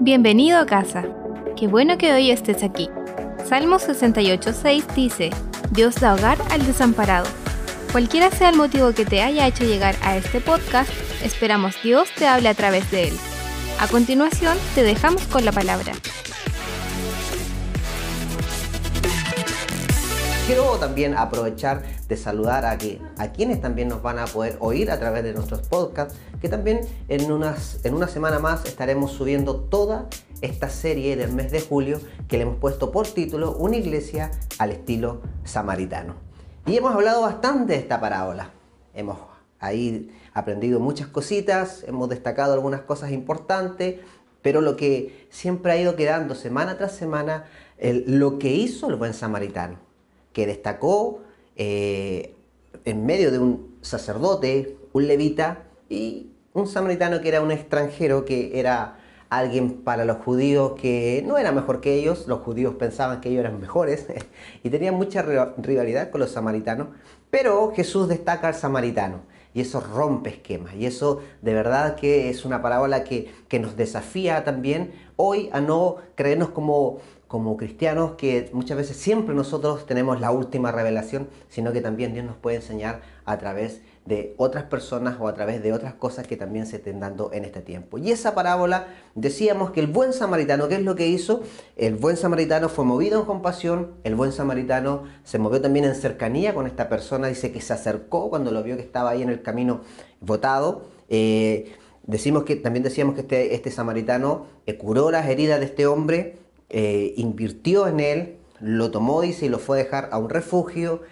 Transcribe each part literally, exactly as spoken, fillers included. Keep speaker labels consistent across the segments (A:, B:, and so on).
A: Bienvenido a casa. Qué bueno que hoy estés aquí. Salmo sesenta y ocho seis dice, Dios da hogar al desamparado. Cualquiera sea el motivo que te haya hecho llegar a este podcast, esperamos Dios te hable a través de él. A continuación, te dejamos con la palabra.
B: Quiero también aprovechar de saludar a, que, a quienes también nos van a poder oír a través de nuestros podcasts, que también en, unas, en una semana más estaremos subiendo toda esta serie del mes de julio que le hemos puesto por título Una iglesia al estilo samaritano. Y hemos hablado bastante de esta parábola. Hemos ahí aprendido muchas cositas, hemos destacado algunas cosas importantes, pero lo que siempre ha ido quedando semana tras semana, el, lo que hizo el buen samaritano, que destacó eh, en medio de un sacerdote, un levita y un samaritano que era un extranjero, que era alguien para los judíos que no era mejor que ellos. Los judíos pensaban que ellos eran mejores y tenían mucha rivalidad con los samaritanos, pero Jesús destaca al samaritano y eso rompe esquemas, y eso de verdad que es una parábola que, que nos desafía también hoy a no creernos como como cristianos, que muchas veces siempre nosotros tenemos la última revelación, sino que también Dios nos puede enseñar a través de otras personas o a través de otras cosas que también se estén dando en este tiempo. Y esa parábola, decíamos que el buen samaritano, ¿qué es lo que hizo? El buen samaritano fue movido en compasión, el buen samaritano se movió también en cercanía con esta persona, dice que se acercó cuando lo vio que estaba ahí en el camino botado. Eh, decimos que, también decíamos que este, este samaritano eh, curó las heridas de este hombre, Eh, invirtió en él, lo tomó, dice, y lo fue a dejar a un refugio,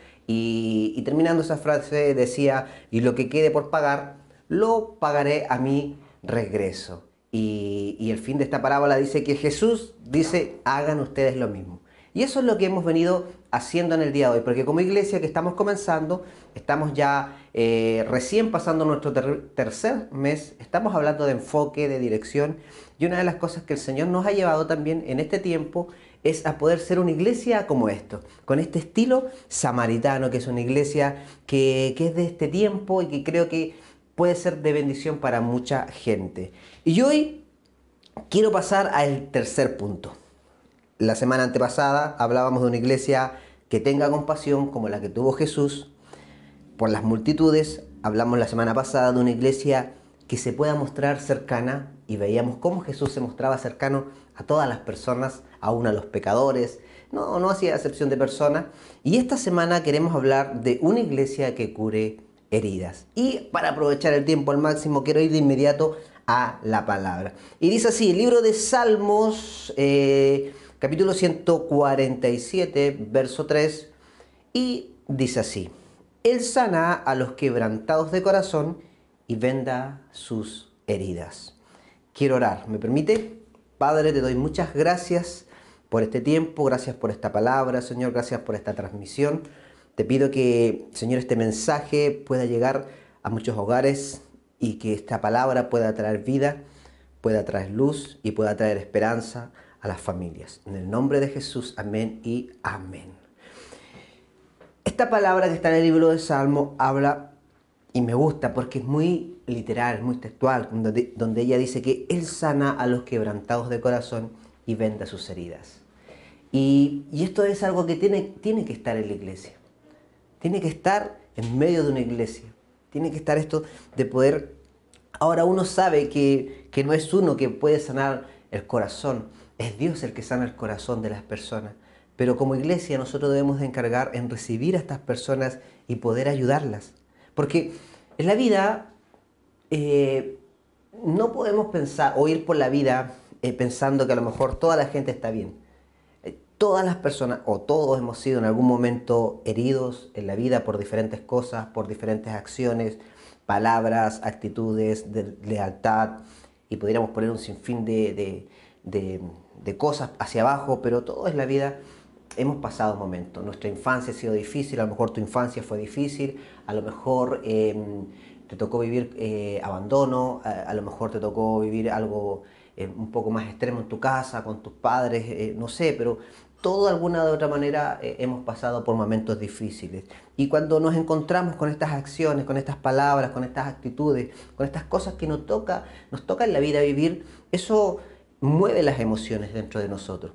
B: y, y terminando esa frase decía, y lo que quede por pagar, lo pagaré a mi regreso. Y, y el fin de esta parábola dice que Jesús dice, hagan ustedes lo mismo. Y eso es lo que hemos venido haciendo en el día de hoy, porque como iglesia que estamos comenzando, estamos ya eh, recién pasando nuestro ter tercer mes, estamos hablando de enfoque, de dirección, y una de las cosas que el Señor nos ha llevado también en este tiempo es a poder ser una iglesia como esto, con este estilo samaritano, que es una iglesia que, que es de este tiempo y que creo que puede ser de bendición para mucha gente. Y hoy quiero pasar al tercer punto. La semana antepasada hablábamos de una iglesia que tenga compasión como la que tuvo Jesús por las multitudes. Hablamos la semana pasada de una iglesia que se pueda mostrar cercana, y veíamos cómo Jesús se mostraba cercano a todas las personas, aún a los pecadores, no, no hacía excepción de personas. Y esta semana queremos hablar de una iglesia que cure heridas. Y para aprovechar el tiempo al máximo, quiero ir de inmediato a la palabra. Y dice así, el libro de Salmos, eh, capítulo ciento cuarenta y siete, verso tres, y dice así, Él sana a los quebrantados de corazón y venda sus heridas. Quiero orar, ¿me permite? Padre, te doy muchas gracias por este tiempo, gracias por esta palabra, Señor, gracias por esta transmisión. Te pido que, Señor, este mensaje pueda llegar a muchos hogares y que esta palabra pueda traer vida, pueda traer luz y pueda traer esperanza a las familias. En el nombre de Jesús, amén y amén. Esta palabra que está en el libro de Salmo habla, y me gusta porque es muy literal, muy textual, donde, donde ella dice que Él sana a los quebrantados de corazón y venda sus heridas. Y, y esto es algo que tiene, tiene que estar en la iglesia. Tiene que estar en medio de una iglesia. Tiene que estar esto de poder... Ahora uno sabe que, que no es uno que puede sanar el corazón, es Dios el que sana el corazón de las personas. Pero como iglesia nosotros debemos de encargar en recibir a estas personas y poder ayudarlas. Porque en la vida eh, no podemos pensar o ir por la vida eh, pensando que a lo mejor toda la gente está bien. Eh, todas las personas o todos hemos sido en algún momento heridos en la vida por diferentes cosas, por diferentes acciones, palabras, actitudes, de lealtad, y podríamos poner un sinfín de, de, de, de cosas hacia abajo, pero todo en la vida hemos pasado momentos. Nuestra infancia ha sido difícil, a lo mejor tu infancia fue difícil, a lo mejor eh, te tocó vivir eh, abandono, a, a lo mejor te tocó vivir algo eh, un poco más extremo en tu casa, con tus padres, eh, no sé, pero todo de alguna de otra manera eh, hemos pasado por momentos difíciles. Y cuando nos encontramos con estas acciones, con estas palabras, con estas actitudes, con estas cosas que nos toca, nos toca en la vida vivir, eso mueve las emociones dentro de nosotros.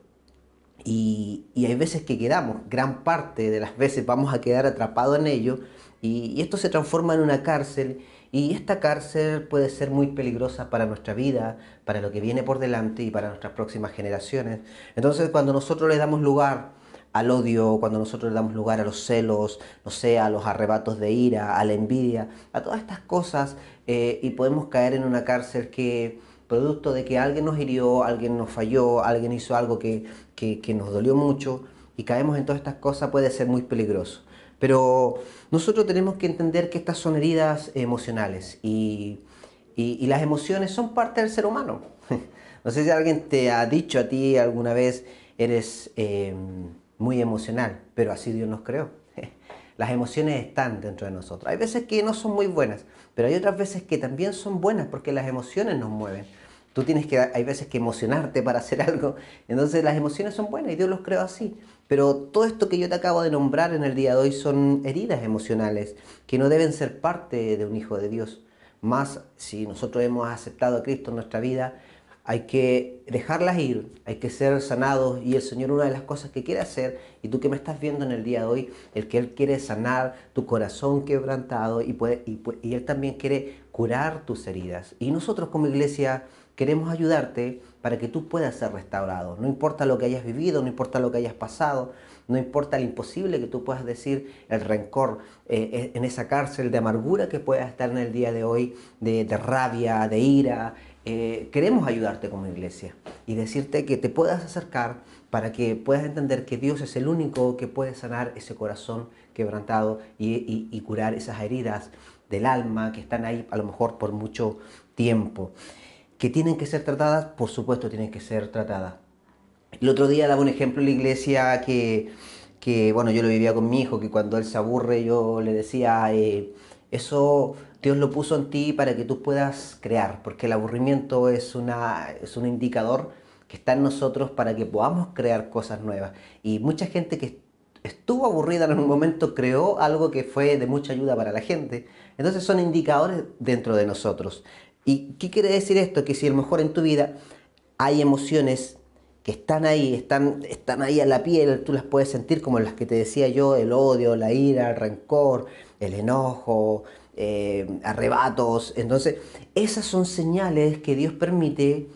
B: Y, y hay veces que quedamos, gran parte de las veces vamos a quedar atrapados en ello y, y esto se transforma en una cárcel y esta cárcel puede ser muy peligrosa para nuestra vida, para lo que viene por delante y para nuestras próximas generaciones. Entonces cuando nosotros le damos lugar al odio, cuando nosotros le damos lugar a los celos, no sé, a los arrebatos de ira, a la envidia, a todas estas cosas eh, y podemos caer en una cárcel que producto de que alguien nos hirió, alguien nos falló, alguien hizo algo que, que, que nos dolió mucho y caemos en todas estas cosas, puede ser muy peligroso. Pero nosotros tenemos que entender que estas son heridas emocionales y, y, y las emociones son parte del ser humano. No sé si alguien te ha dicho a ti alguna vez, eres eh, muy emocional, pero así Dios nos creó. Las emociones están dentro de nosotros. Hay veces que no son muy buenas, pero hay otras veces que también son buenas porque las emociones nos mueven. Tú tienes que, hay veces que emocionarte para hacer algo, entonces las emociones son buenas y Dios los creó así. Pero todo esto que yo te acabo de nombrar en el día de hoy son heridas emocionales que no deben ser parte de un hijo de Dios. Más si nosotros hemos aceptado a Cristo en nuestra vida, hay que dejarlas ir, hay que ser sanados y el Señor una de las cosas que quiere hacer, y tú que me estás viendo en el día de hoy, el que Él quiere sanar tu corazón quebrantado y, puede, y, y Él también quiere curar tus heridas. Y nosotros como iglesia queremos ayudarte para que tú puedas ser restaurado. No importa lo que hayas vivido, no importa lo que hayas pasado, no importa lo imposible que tú puedas decir, el rencor eh, en esa cárcel de amargura que puedas estar en el día de hoy, de, de rabia, de ira. Eh, queremos ayudarte como iglesia y decirte que te puedas acercar para que puedas entender que Dios es el único que puede sanar ese corazón quebrantado y, y, y curar esas heridas del alma que están ahí a lo mejor por mucho tiempo. ¿Que tienen que ser tratadas? Por supuesto tienen que ser tratadas. El otro día daba un ejemplo en la iglesia que, que bueno, yo lo vivía con mi hijo, que cuando él se aburre yo le decía, eh, eso Dios lo puso en ti para que tú puedas crear, porque el aburrimiento es, una, es un indicador que está en nosotros para que podamos crear cosas nuevas. Y mucha gente que estuvo aburrida en un momento creó algo que fue de mucha ayuda para la gente. Entonces son indicadores dentro de nosotros. ¿Y qué quiere decir esto? Que si a lo mejor en tu vida hay emociones que están ahí, están, están ahí a la piel, tú las puedes sentir como las que te decía yo, el odio, la ira, el rencor, el enojo, eh, arrebatos. Entonces, esas son señales que Dios permite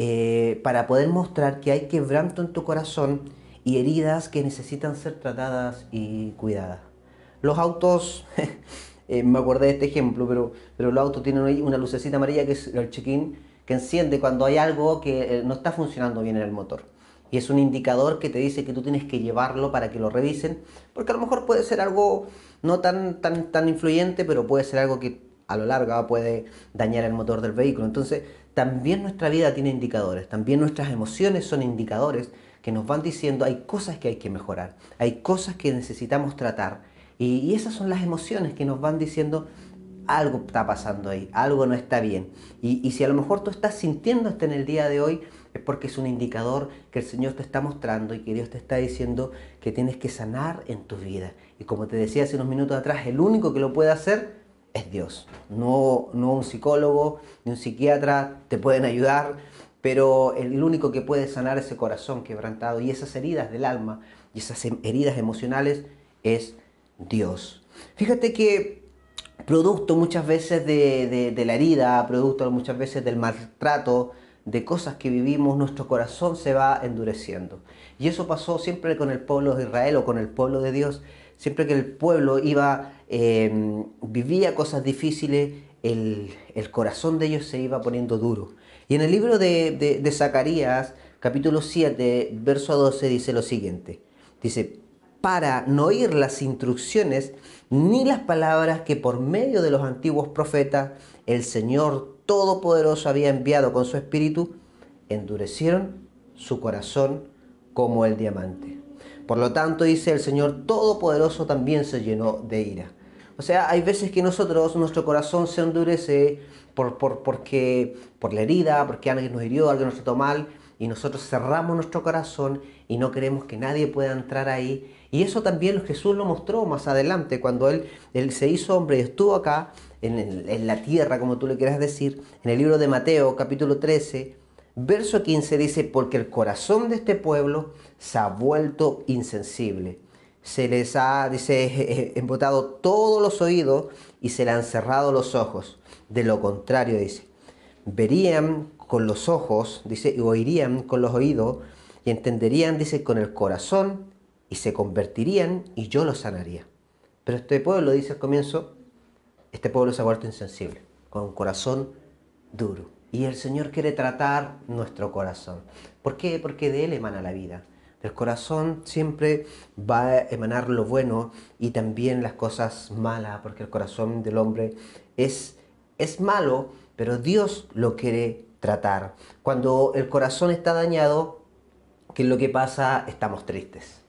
B: eh, para poder mostrar que hay quebranto en tu corazón y heridas que necesitan ser tratadas y cuidadas. Los autos... Eh, me acordé de este ejemplo, pero, pero los autos tienen una lucecita amarilla que es el check-in, que enciende cuando hay algo que eh, no está funcionando bien en el motor. Y es un indicador que te dice que tú tienes que llevarlo para que lo revisen, porque a lo mejor puede ser algo no tan, tan, tan influyente, pero puede ser algo que a lo largo puede dañar el motor del vehículo. Entonces, también nuestra vida tiene indicadores, también nuestras emociones son indicadores que nos van diciendo hay cosas que hay que mejorar, hay cosas que necesitamos tratar. Y esas son las emociones que nos van diciendo algo está pasando ahí, algo no está bien. Y, y si a lo mejor tú estás sintiendo esto en el día de hoy, es porque es un indicador que el Señor te está mostrando y que Dios te está diciendo que tienes que sanar en tu vida. Y como te decía hace unos minutos atrás, el único que lo puede hacer es Dios. No, no un psicólogo ni un psiquiatra te pueden ayudar, pero el único que puede sanar ese corazón quebrantado y esas heridas del alma y esas heridas emocionales es Dios. Fíjate que producto muchas veces de, de, de la herida, producto muchas veces del maltrato, de cosas que vivimos, nuestro corazón se va endureciendo. Y eso pasó siempre con el pueblo de Israel o con el pueblo de Dios. Siempre que el pueblo iba, eh, vivía cosas difíciles, el, el corazón de ellos se iba poniendo duro. Y en el libro de, de, de Zacarías, capítulo siete, verso doce, dice lo siguiente. Dice, para no oír las instrucciones ni las palabras que por medio de los antiguos profetas el Señor Todopoderoso había enviado con su espíritu, endurecieron su corazón como el diamante. Por lo tanto, dice el Señor Todopoderoso también se llenó de ira. O sea, hay veces que nosotros, nuestro corazón se endurece por, por, porque, por la herida, porque alguien nos hirió, alguien nos trató mal, y nosotros cerramos nuestro corazón y no queremos que nadie pueda entrar ahí. Y eso también Jesús lo mostró más adelante, cuando Él, él se hizo hombre y estuvo acá, en, en la tierra, como tú le quieras decir. En el libro de Mateo, capítulo trece, Verso quince dice, porque el corazón de este pueblo se ha vuelto insensible. Se les ha, dice, embotado todos los oídos y se le han cerrado los ojos. De lo contrario, dice, verían con los ojos, dice, y oirían con los oídos y entenderían, dice, con el corazón y se convertirían y yo los sanaría. Pero este pueblo, dice al comienzo, este pueblo se ha vuelto insensible, con un corazón duro. Y el Señor quiere tratar nuestro corazón. ¿Por qué? Porque de Él emana la vida. Del corazón siempre va a emanar lo bueno y también las cosas malas, porque el corazón del hombre es, es malo, pero Dios lo quiere tratar. Cuando el corazón está dañado, ¿qué es lo que pasa? Estamos tristes.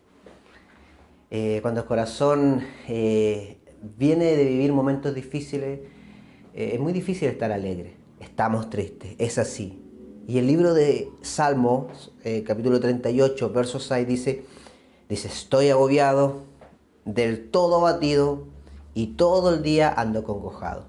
B: Eh, cuando el corazón eh, viene de vivir momentos difíciles, eh, es muy difícil estar alegre. Estamos tristes, es así. Y el libro de Salmos, eh, capítulo treinta y ocho, verso seis, dice, dice, estoy agobiado, del todo abatido, y todo el día ando congojado.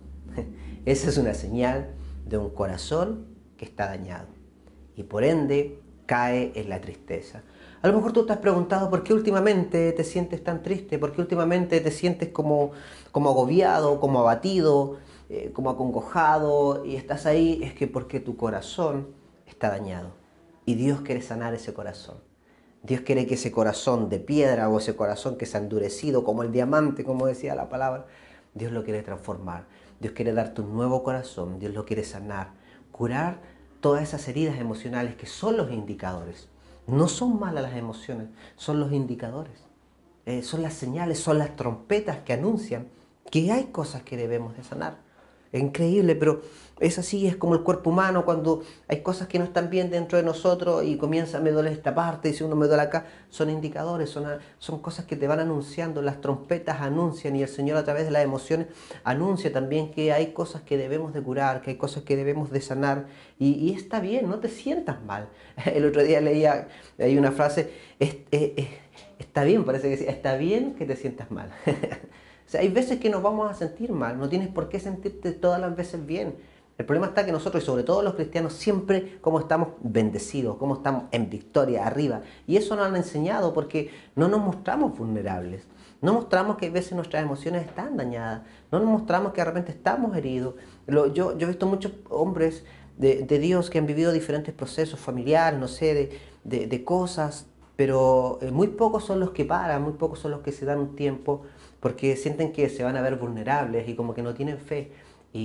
B: Esa es una señal de un corazón que está dañado. Y por ende, cae en la tristeza. A lo mejor tú te has preguntado por qué últimamente te sientes tan triste, por qué últimamente te sientes como, como agobiado, como abatido, eh, como acongojado, y estás ahí. Es que porque tu corazón está dañado y Dios quiere sanar ese corazón. Dios quiere que ese corazón de piedra o ese corazón que se ha endurecido como el diamante, como decía la palabra, Dios lo quiere transformar. Dios quiere darte un nuevo corazón, Dios lo quiere sanar, curar todas esas heridas emocionales que son los indicadores. No son malas las emociones, son los indicadores. Eh, son las señales, son las trompetas que anuncian que hay cosas que debemos de sanar. Es increíble, pero es así, es como el cuerpo humano cuando hay cosas que no están bien dentro de nosotros y comienza, me duele esta parte, y si uno me duele acá, son indicadores, son, son cosas que te van anunciando, las trompetas anuncian y el Señor a través de las emociones anuncia también que hay cosas que debemos de curar, que hay cosas que debemos de sanar y, y está bien, no te sientas mal. El otro día leía, hay una frase, es, es, es, está bien, parece que decía, está bien que te sientas mal. O sea, hay veces que nos vamos a sentir mal, no tienes por qué sentirte todas las veces bien. El problema está que nosotros, y sobre todo los cristianos, siempre como estamos bendecidos, como estamos en victoria, arriba. Y eso nos han enseñado porque no nos mostramos vulnerables. No mostramos que a veces nuestras emociones están dañadas. No nos mostramos que de repente estamos heridos. Lo, yo, yo he visto muchos hombres de, de Dios que han vivido diferentes procesos familiares, no sé, de, de, de cosas, pero eh, muy pocos son los que paran, muy pocos son los que se dan un tiempo porque sienten que se van a ver vulnerables y como que no tienen fe.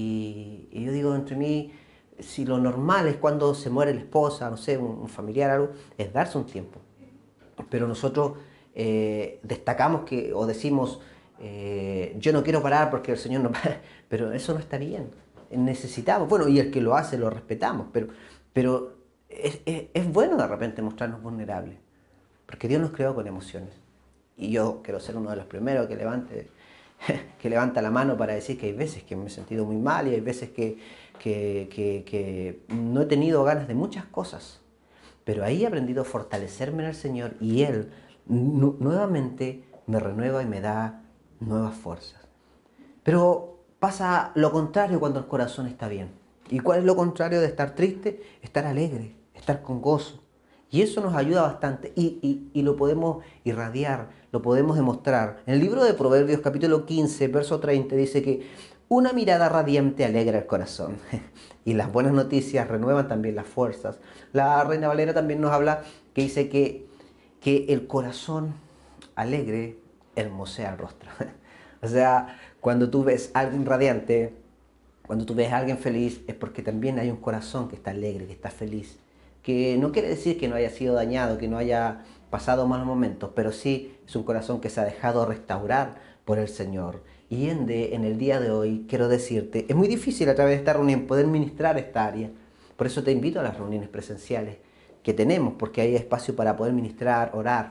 B: Y, y yo digo entre mí, si lo normal es cuando se muere la esposa, no sé, un, un familiar, algo, es darse un tiempo. Pero nosotros eh, destacamos que, o decimos, eh, yo no quiero parar porque el Señor no para, pero eso no está bien. Necesitamos, bueno, y el que lo hace lo respetamos, pero, pero es, es, es bueno de repente mostrarnos vulnerables, porque Dios nos creó con emociones. Y yo quiero ser uno de los primeros que levante, que levanta la mano para decir que hay veces que me he sentido muy mal y hay veces que, que, que, que no he tenido ganas de muchas cosas. Pero ahí he aprendido a fortalecerme en el Señor y Él nuevamente me renueva y me da nuevas fuerzas. Pero pasa lo contrario cuando el corazón está bien. ¿Y cuál es lo contrario de estar triste? Estar alegre, estar con gozo. Y eso nos ayuda bastante y, y, y lo podemos irradiar, lo podemos demostrar. En el libro de Proverbios capítulo quince, verso treinta, dice que una mirada radiante alegra el corazón y las buenas noticias renuevan también las fuerzas. La Reina Valera también nos habla que dice que, que el corazón alegre hermosea el rostro. O sea, cuando tú ves a alguien radiante, cuando tú ves a alguien feliz, es porque también hay un corazón que está alegre, que está feliz. Que no quiere decir que no haya sido dañado, que no haya pasado malos momentos, pero sí es un corazón que se ha dejado restaurar por el Señor. Y ende, en el día de hoy, quiero decirte, es muy difícil a través de esta reunión poder ministrar esta área. Por eso te invito a las reuniones presenciales que tenemos, porque hay espacio para poder ministrar, orar.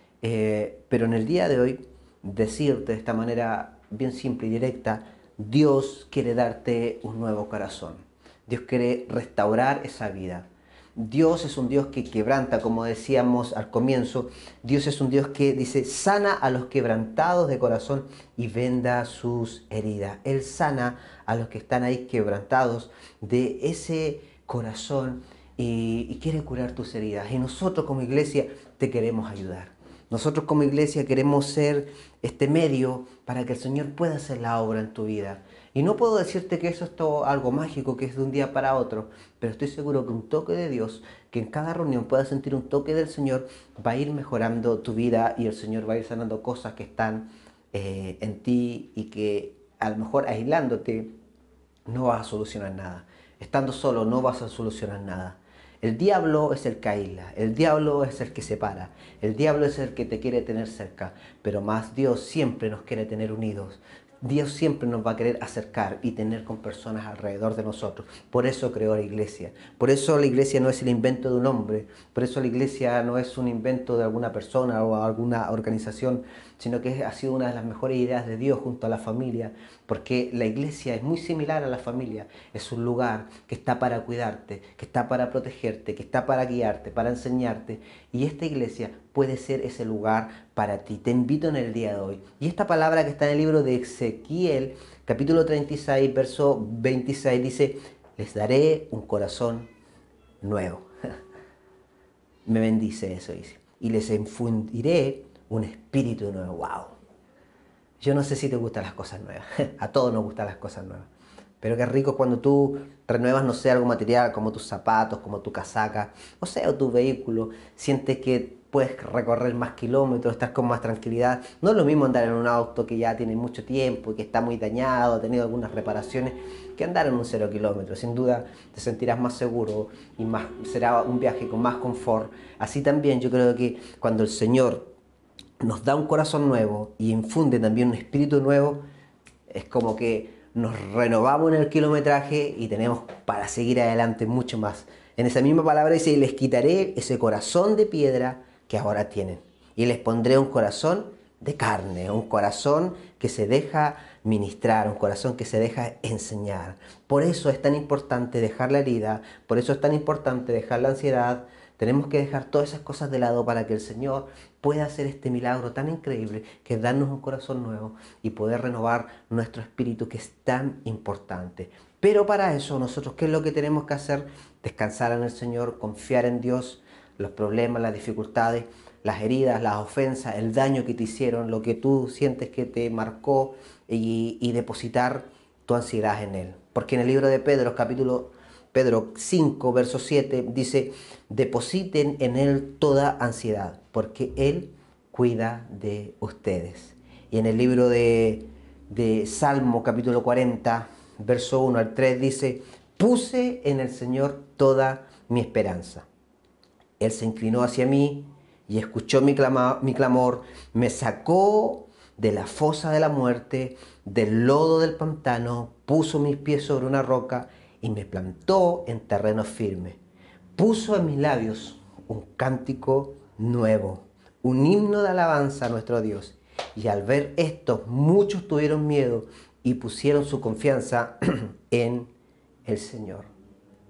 B: Eh, pero en el día de hoy, decirte de esta manera bien simple y directa, Dios quiere darte un nuevo corazón. Dios quiere restaurar esa vida. Dios es un Dios que quebranta, como decíamos al comienzo. Dios es un Dios que dice, sana a los quebrantados de corazón y venda sus heridas. Él sana a los que están ahí quebrantados de ese corazón y, y quiere curar tus heridas. Y nosotros como iglesia te queremos ayudar. Nosotros como iglesia queremos ser este medio para que el Señor pueda hacer la obra en tu vida. Y no puedo decirte que eso es todo algo mágico, que es de un día para otro, pero estoy seguro que un toque de Dios, que en cada reunión puedas sentir un toque del Señor, va a ir mejorando tu vida y el Señor va a ir sanando cosas que están eh, en ti y que a lo mejor aislándote no vas a solucionar nada. Estando solo no vas a solucionar nada. El diablo es el que aísla, el diablo es el que separa, el diablo es el que te quiere tener cerca, pero más Dios siempre nos quiere tener unidos. Dios siempre nos va a querer acercar y tener con personas alrededor de nosotros. Por eso creó la iglesia. Por eso la iglesia no es el invento de un hombre. Por eso la iglesia no es un invento de alguna persona o alguna organización, sino que ha sido una de las mejores ideas de Dios junto a la familia. Porque la iglesia es muy similar a la familia. Es un lugar que está para cuidarte, que está para protegerte, que está para guiarte, para enseñarte. Y esta iglesia puede ser ese lugar para ti. Te invito en el día de hoy. Y esta palabra que está en el libro de Ezequiel, capítulo treinta y seis, verso veintiséis, dice: les daré un corazón nuevo. Me bendice eso, dice. Y les infundiré un espíritu nuevo. ¡Wow! Yo no sé si te gustan las cosas nuevas. A todos nos gustan las cosas nuevas. Pero qué rico cuando tú renuevas, no sé, algo material como tus zapatos, como tu casaca, o sea, o tu vehículo. Sientes que puedes recorrer más kilómetros, estar con más tranquilidad. No es lo mismo andar en un auto que ya tiene mucho tiempo y que está muy dañado, ha tenido algunas reparaciones, que andar en un cero kilómetros. Sin duda te sentirás más seguro y más, será un viaje con más confort. Así también yo creo que cuando el Señor nos da un corazón nuevo y infunde también un espíritu nuevo, es como que nos renovamos en el kilometraje y tenemos para seguir adelante mucho más. En esa misma palabra dice: les quitaré ese corazón de piedra que ahora tienen y les pondré un corazón de carne, un corazón que se deja ministrar, un corazón que se deja enseñar. Por eso es tan importante dejar la herida, por eso es tan importante dejar la ansiedad. Tenemos que dejar todas esas cosas de lado para que el Señor pueda hacer este milagro tan increíble, que es darnos un corazón nuevo y poder renovar nuestro espíritu, que es tan importante. Pero para eso nosotros, ¿qué es lo que tenemos que hacer? Descansar en el Señor, confiar en Dios. Los problemas, las dificultades, las heridas, las ofensas, el daño que te hicieron, lo que tú sientes que te marcó, y, y depositar tu ansiedad en Él. Porque en el libro de Pedro, capítulo Pedro cinco, verso siete, dice: depositen en Él toda ansiedad, porque Él cuida de ustedes. Y en el libro de, de Salmo, capítulo cuarenta, verso uno al tres, dice: puse en el Señor toda mi esperanza. Él se inclinó hacia mí y escuchó mi, clama, mi clamor, me sacó de la fosa de la muerte, del lodo del pantano, puso mis pies sobre una roca y me plantó en terreno firme. Puso en mis labios un cántico nuevo, un himno de alabanza a nuestro Dios. Y al ver esto, muchos tuvieron miedo y pusieron su confianza en el Señor.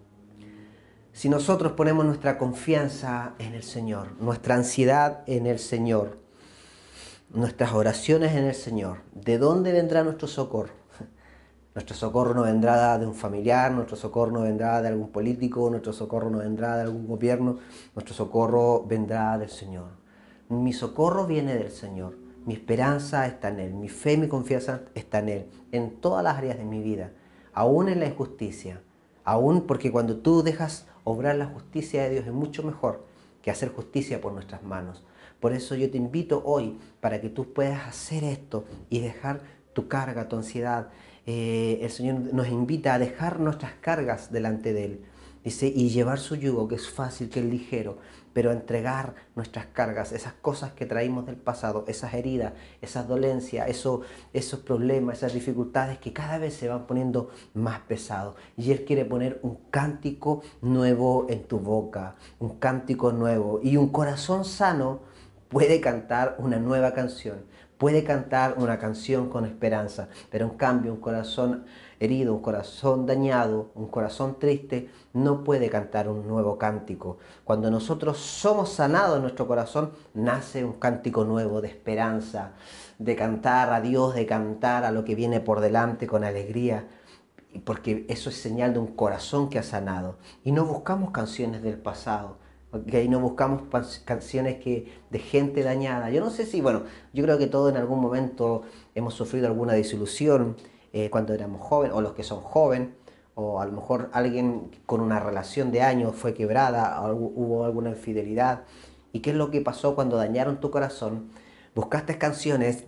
B: Si nosotros ponemos nuestra confianza en el Señor, nuestra ansiedad en el Señor, nuestras oraciones en el Señor, ¿de dónde vendrá nuestro socorro? Nuestro socorro no vendrá de un familiar, nuestro socorro no vendrá de algún político, nuestro socorro no vendrá de algún gobierno, nuestro socorro vendrá del Señor. Mi socorro viene del Señor, mi esperanza está en Él, mi fe y mi confianza está en Él, en todas las áreas de mi vida, aún en la injusticia, aún porque cuando tú dejas obrar la justicia de Dios es mucho mejor que hacer justicia por nuestras manos. Por eso yo te invito hoy para que tú puedas hacer esto y dejar tu carga, tu ansiedad. Eh, el Señor nos invita a dejar nuestras cargas delante de Él. Dice, y llevar su yugo, que es fácil, que es ligero, pero entregar nuestras cargas, esas cosas que traímos del pasado, esas heridas, esas dolencias, eso, esos problemas, esas dificultades que cada vez se van poniendo más pesados. Y Él quiere poner un cántico nuevo en tu boca, un cántico nuevo. Y un corazón sano puede cantar una nueva canción, puede cantar una canción con esperanza, pero en cambio un corazón herido, un corazón dañado, un corazón triste, no puede cantar un nuevo cántico. Cuando nosotros somos sanados en nuestro corazón, nace un cántico nuevo de esperanza, de cantar a Dios, de cantar a lo que viene por delante con alegría. porque eso es señal de un corazón que ha sanado. Y no buscamos canciones del pasado, ¿okay? No buscamos canciones que, de gente dañada. Yo no sé si, bueno, yo creo que todos en algún momento hemos sufrido alguna desilusión eh, cuando éramos jóvenes, o los que son jóvenes, o a lo mejor alguien con una relación de años fue quebrada, o hubo alguna infidelidad. ¿Y qué es lo que pasó cuando dañaron tu corazón? Buscaste canciones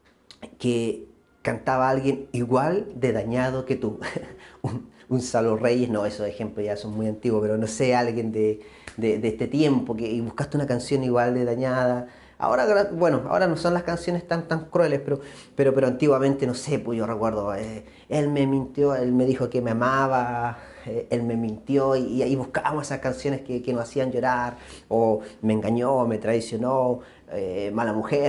B: que cantaba alguien igual de dañado que tú. un, un Salo Reyes, no, esos ejemplos ya son muy antiguos, pero no sé, alguien de, de, de este tiempo, que y buscaste una canción igual de dañada. Ahora, bueno, ahora no son las canciones tan, tan crueles, pero, pero, pero antiguamente, no sé, pues yo recuerdo, eh, él me mintió, él me dijo que me amaba, eh, él me mintió, y, y ahí buscábamos esas canciones que, que nos hacían llorar, o me engañó, me traicionó, eh, mala mujer,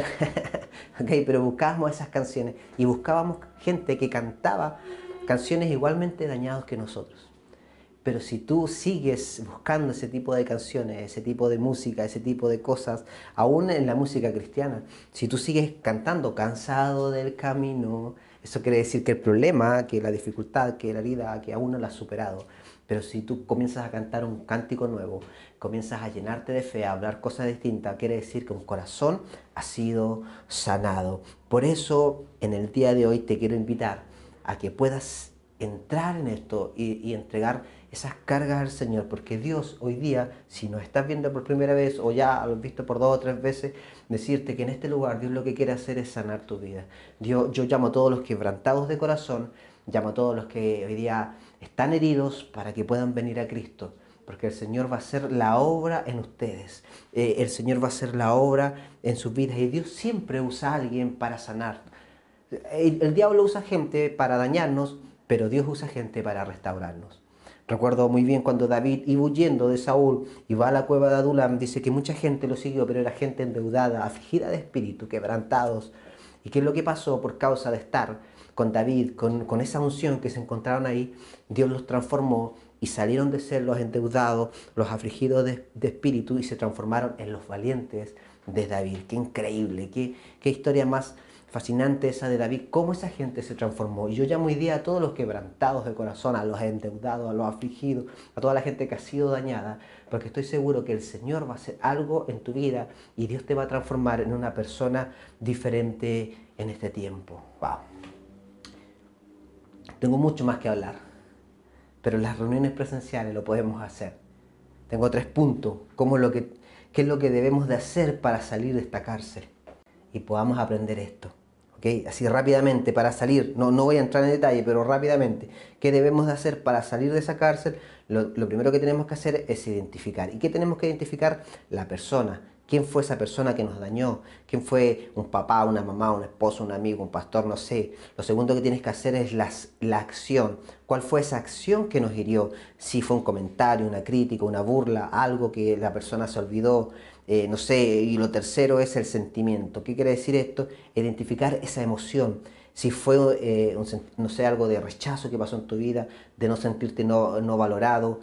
B: okay, pero buscábamos esas canciones y buscábamos gente que cantaba canciones igualmente dañadas que nosotros. Pero si tú sigues buscando ese tipo de canciones, ese tipo de música, ese tipo de cosas, aún en la música cristiana, si tú sigues cantando cansado del camino, eso quiere decir que el problema, que la dificultad, que la herida, que aún no la has superado. Pero si tú comienzas a cantar un cántico nuevo, comienzas a llenarte de fe, a hablar cosas distintas, quiere decir que un corazón ha sido sanado. Por eso, en el día de hoy te quiero invitar a que puedas entrar en esto y, y entregar esas cargas al Señor, porque Dios hoy día, si nos estás viendo por primera vez o ya lo has visto por dos o tres veces, decirte que en este lugar Dios lo que quiere hacer es sanar tu vida. Dios, yo llamo a todos los quebrantados de corazón, llamo a todos los que hoy día están heridos para que puedan venir a Cristo, porque el Señor va a hacer la obra en ustedes, eh, el Señor va a hacer la obra en sus vidas, y Dios siempre usa a alguien para sanar. El, el diablo usa gente para dañarnos, pero Dios usa gente para restaurarnos. Recuerdo muy bien cuando David iba huyendo de Saúl y va a la cueva de Adulam, dice que mucha gente lo siguió, pero era gente endeudada, afligida de espíritu, quebrantados. ¿Y qué es lo que pasó? Por causa de estar con David, con, con esa unción que se encontraron ahí, Dios los transformó y salieron de ser los endeudados, los afligidos de, de espíritu, y se transformaron en los valientes de David. Qué increíble, qué, qué historia más fascinante esa de David, cómo esa gente se transformó. Y yo llamo hoy día a todos los quebrantados de corazón, a los endeudados, a los afligidos, a toda la gente que ha sido dañada, porque estoy seguro que el Señor va a hacer algo en tu vida y Dios te va a transformar en una persona diferente en este tiempo. Wow. Tengo mucho más que hablar, pero en las reuniones presenciales lo podemos hacer. Tengo tres puntos, cómo es lo que, qué es lo que debemos de hacer para salir de esta cárcel y podamos aprender esto. ¿Okay? Así rápidamente, para salir, no, no voy a entrar en detalle, pero rápidamente, ¿qué debemos de hacer para salir de esa cárcel? Lo, lo primero que tenemos que hacer es identificar. ¿Y qué tenemos que identificar? La persona. ¿Quién fue esa persona que nos dañó? ¿Quién fue un papá, una mamá, un esposo, un amigo, un pastor? No sé. Lo segundo que tienes que hacer es las, la acción. ¿Cuál fue esa acción que nos hirió? Si fue un comentario, una crítica, una burla, algo que la persona se olvidó, eh, no sé. Y lo tercero es el sentimiento. ¿Qué quiere decir esto? Identificar esa emoción. Si fue, eh, un, no sé, algo de rechazo que pasó en tu vida, de no sentirte no, no valorado,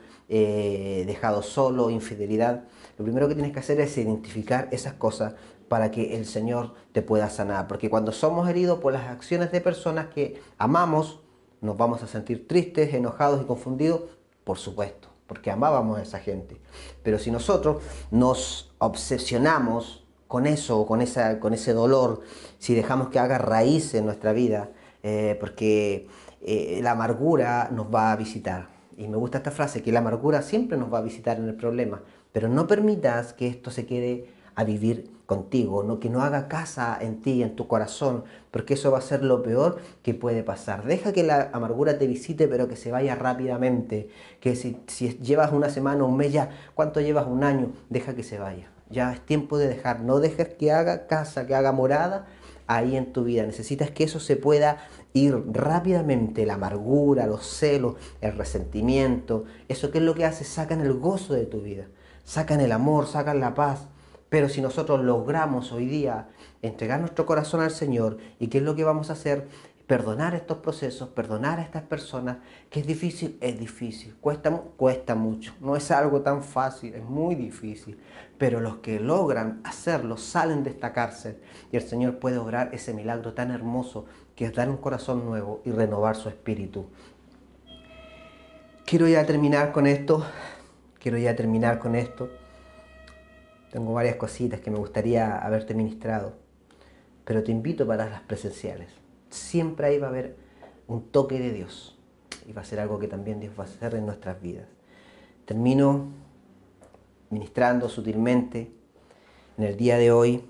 B: eh, dejado solo, infidelidad. Lo primero que tienes que hacer es identificar esas cosas para que el Señor te pueda sanar. Porque cuando somos heridos por las acciones de personas que amamos, nos vamos a sentir tristes, enojados y confundidos, por supuesto, porque amábamos a esa gente. Pero si nosotros nos obsesionamos con eso, con, esa, con ese dolor, si dejamos que haga raíz en nuestra vida, eh, porque eh, la amargura nos va a visitar. Y me gusta esta frase, que la amargura siempre nos va a visitar en el problema, pero no permitas que esto se quede a vivir contigo, ¿no? Que no haga casa en ti, en tu corazón, porque eso va a ser lo peor que puede pasar. Deja que la amargura te visite, pero que se vaya rápidamente, que si, si llevas una semana, un mes ya, ¿cuánto llevas? Un año, deja que se vaya. Ya es tiempo de dejar, no dejes que haga casa, que haga morada ahí en tu vida. Necesitas que eso se pueda ir rápidamente, la amargura, los celos, el resentimiento. Eso, ¿qué es lo que hace? Sacan el gozo de tu vida, sacan el amor, sacan la paz. Pero si nosotros logramos hoy día entregar nuestro corazón al Señor, ¿y qué es lo que vamos a hacer? Perdonar estos procesos, perdonar a estas personas. ¿Que es difícil? Es difícil, cuesta, cuesta mucho, no es algo tan fácil, es muy difícil, pero los que logran hacerlo salen de esta cárcel y el Señor puede obrar ese milagro tan hermoso que es dar un corazón nuevo y renovar su espíritu. quiero ya terminar con esto. Quiero ya terminar con esto. Tengo varias cositas que me gustaría haberte ministrado, pero te invito para las presenciales. Siempre ahí va a haber un toque de Dios y va a ser algo que también Dios va a hacer en nuestras vidas. Termino ministrando sutilmente en el día de hoy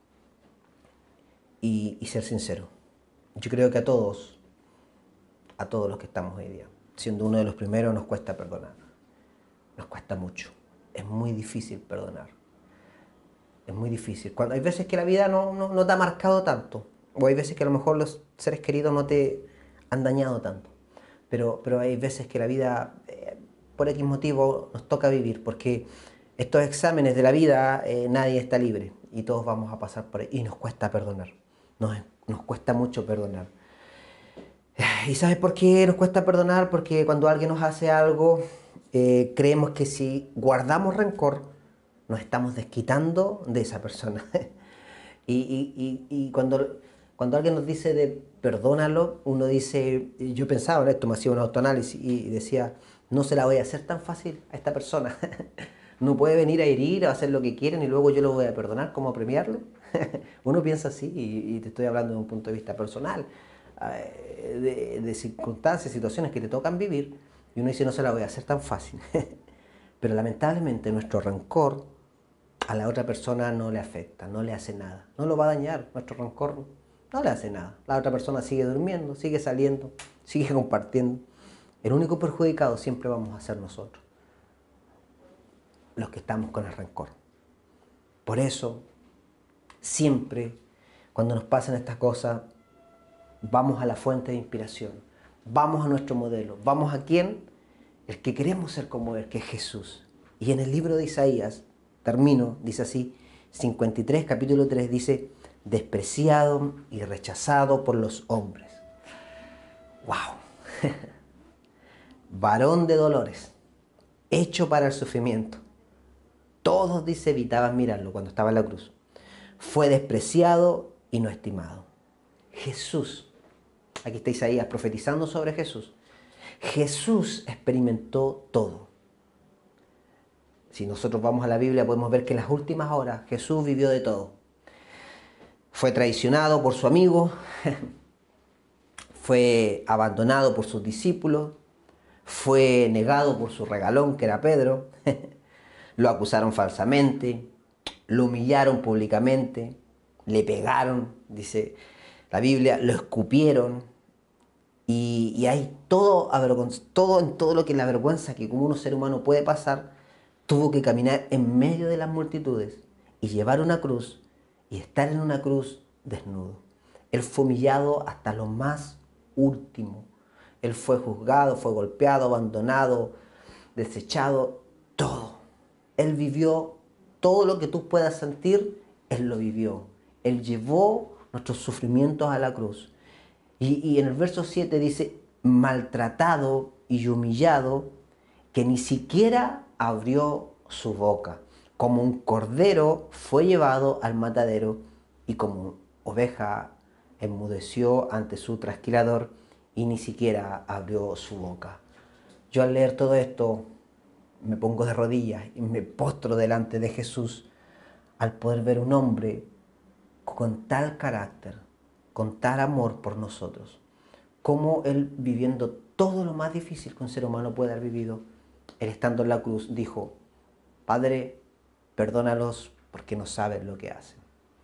B: y, y ser sincero. Yo creo que a todos, a todos los que estamos hoy día, siendo uno de los primeros, nos cuesta perdonar. Nos cuesta mucho. Es muy difícil perdonar. Es muy difícil. Cuando hay veces que la vida no, no, no te ha marcado tanto, o hay veces que a lo mejor los seres queridos no te han dañado tanto, pero, pero hay veces que la vida, eh, por X motivo, nos toca vivir, porque estos exámenes de la vida, eh, nadie está libre, y todos vamos a pasar por ahí, y nos cuesta perdonar, nos, nos cuesta mucho perdonar. ¿Y sabes por qué nos cuesta perdonar? Porque cuando alguien nos hace algo, eh, creemos que si guardamos rencor, nos estamos desquitando de esa persona. y, y, y, y cuando, cuando alguien nos dice de perdónalo, uno dice, yo pensaba en esto, me hacía un autoanálisis y decía, no se la voy a hacer tan fácil a esta persona. No puede venir a herir, a hacer lo que quieren y luego yo lo voy a perdonar, ¿cómo premiarlo? Uno piensa así y, y te estoy hablando de un punto de vista personal, de, de circunstancias, situaciones que te tocan vivir y uno dice, no se la voy a hacer tan fácil. Pero lamentablemente nuestro rencor a la otra persona no le afecta, no le hace nada, no lo va a dañar, nuestro rencor no le hace nada. La otra persona sigue durmiendo, sigue saliendo, sigue compartiendo. El único perjudicado siempre vamos a ser nosotros, los que estamos con el rencor. Por eso, siempre cuando nos pasan estas cosas, vamos a la fuente de inspiración, vamos a nuestro modelo, vamos a quién, el que queremos ser como él, que es Jesús. Y en el libro de Isaías, termino, dice así, cincuenta y tres, capítulo tres, dice, despreciado y rechazado por los hombres. ¡Wow! Varón de dolores, hecho para el sufrimiento. Todos, dice, evitaban mirarlo cuando estaba en la cruz. Fue despreciado y no estimado. Jesús, aquí está Isaías profetizando sobre Jesús. Jesús experimentó todo. Si nosotros vamos a la Biblia podemos ver que en las últimas horas Jesús vivió de todo. Fue traicionado por su amigo, fue abandonado por sus discípulos, fue negado por su regalón que era Pedro, lo acusaron falsamente, lo humillaron públicamente, le pegaron, dice la Biblia, lo escupieron y, y hay todo, todo en todo lo que es la vergüenza que como un ser humano puede pasar. Tuvo que caminar en medio de las multitudes y llevar una cruz y estar en una cruz desnudo. Él fue humillado hasta lo más último. Él fue juzgado, fue golpeado, abandonado, desechado, todo. Él vivió todo lo que tú puedas sentir, Él lo vivió. Él llevó nuestros sufrimientos a la cruz. Y, y en el verso siete dice, maltratado y humillado, que ni siquiera abrió su boca. Como un cordero fue llevado al matadero y como oveja enmudeció ante su trasquilador y ni siquiera abrió su boca. Yo al leer todo esto me pongo de rodillas y me postro delante de Jesús al poder ver un hombre con tal carácter, con tal amor por nosotros, como Él viviendo todo lo más difícil que un ser humano puede haber vivido, Él estando en la cruz dijo, Padre, perdónalos porque no saben lo que hacen.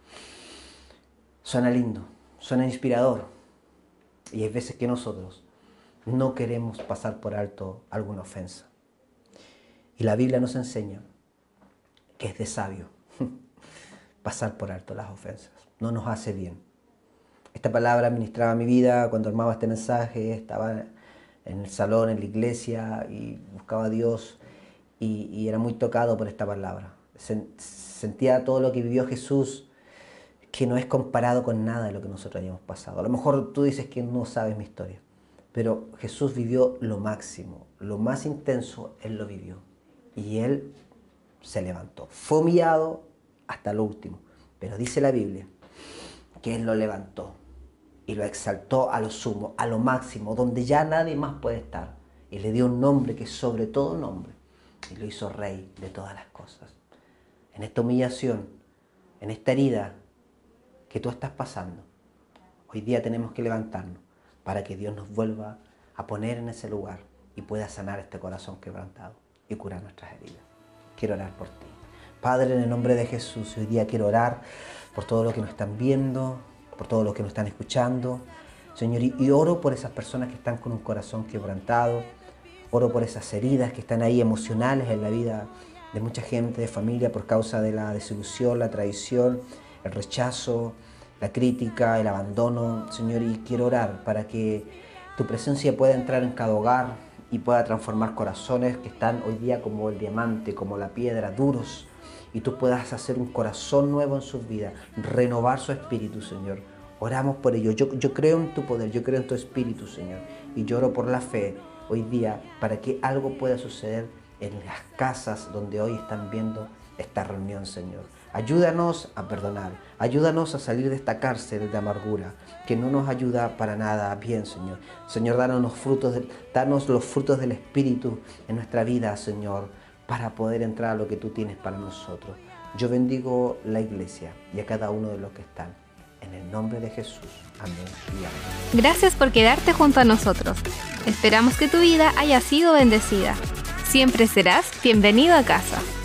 B: Suena lindo, suena inspirador. Y hay veces que nosotros no queremos pasar por alto alguna ofensa. Y la Biblia nos enseña que es de sabio pasar por alto las ofensas. No nos hace bien. Esta palabra ministraba mi vida cuando armaba este mensaje, estaba en el salón, en la iglesia y buscaba a Dios y, y era muy tocado por esta palabra. Sentía todo lo que vivió Jesús, que no es comparado con nada de lo que nosotros hayamos pasado. A lo mejor tú dices que no sabes mi historia, pero Jesús vivió lo máximo, lo más intenso, Él lo vivió. Y Él se levantó. Fue humillado hasta lo último, pero dice la Biblia que Él lo levantó y lo exaltó a lo sumo, a lo máximo, donde ya nadie más puede estar. y le dio un nombre que es sobre todo nombre, y lo hizo rey de todas las cosas. En esta humillación, en esta herida que tú estás pasando, hoy día tenemos que levantarnos para que Dios nos vuelva a poner en ese lugar y pueda sanar este corazón quebrantado y curar nuestras heridas. Quiero orar por ti. Padre, en el nombre de Jesús, hoy día quiero orar por todo lo que nos están viendo, por todo lo que nos están escuchando. Señor, y oro por esas personas que están con un corazón quebrantado. Oro por esas heridas que están ahí emocionales en la vida de mucha gente, de familia, por causa de la desilusión, la traición, el rechazo, la crítica, el abandono. Señor, y quiero orar para que tu presencia pueda entrar en cada hogar y pueda transformar corazones que están hoy día como el diamante, como la piedra, duros, y tú puedas hacer un corazón nuevo en sus vidas, renovar su espíritu, Señor. Oramos por ello. Yo, yo creo en tu poder, yo creo en tu espíritu, Señor, y lloro por la fe hoy día para que algo pueda suceder en las casas donde hoy están viendo esta reunión, Señor. Ayúdanos a perdonar, ayúdanos a salir de esta cárcel de amargura que no nos ayuda para nada bien, Señor. Señor, danos los frutos, de, danos los frutos del Espíritu en nuestra vida, Señor, para poder entrar a lo que tú tienes para nosotros. Yo bendigo la iglesia y a cada uno de los que están. En el nombre de Jesús. Amén y amén.
A: Gracias por quedarte junto a nosotros. Esperamos que tu vida haya sido bendecida. Siempre serás bienvenido a casa.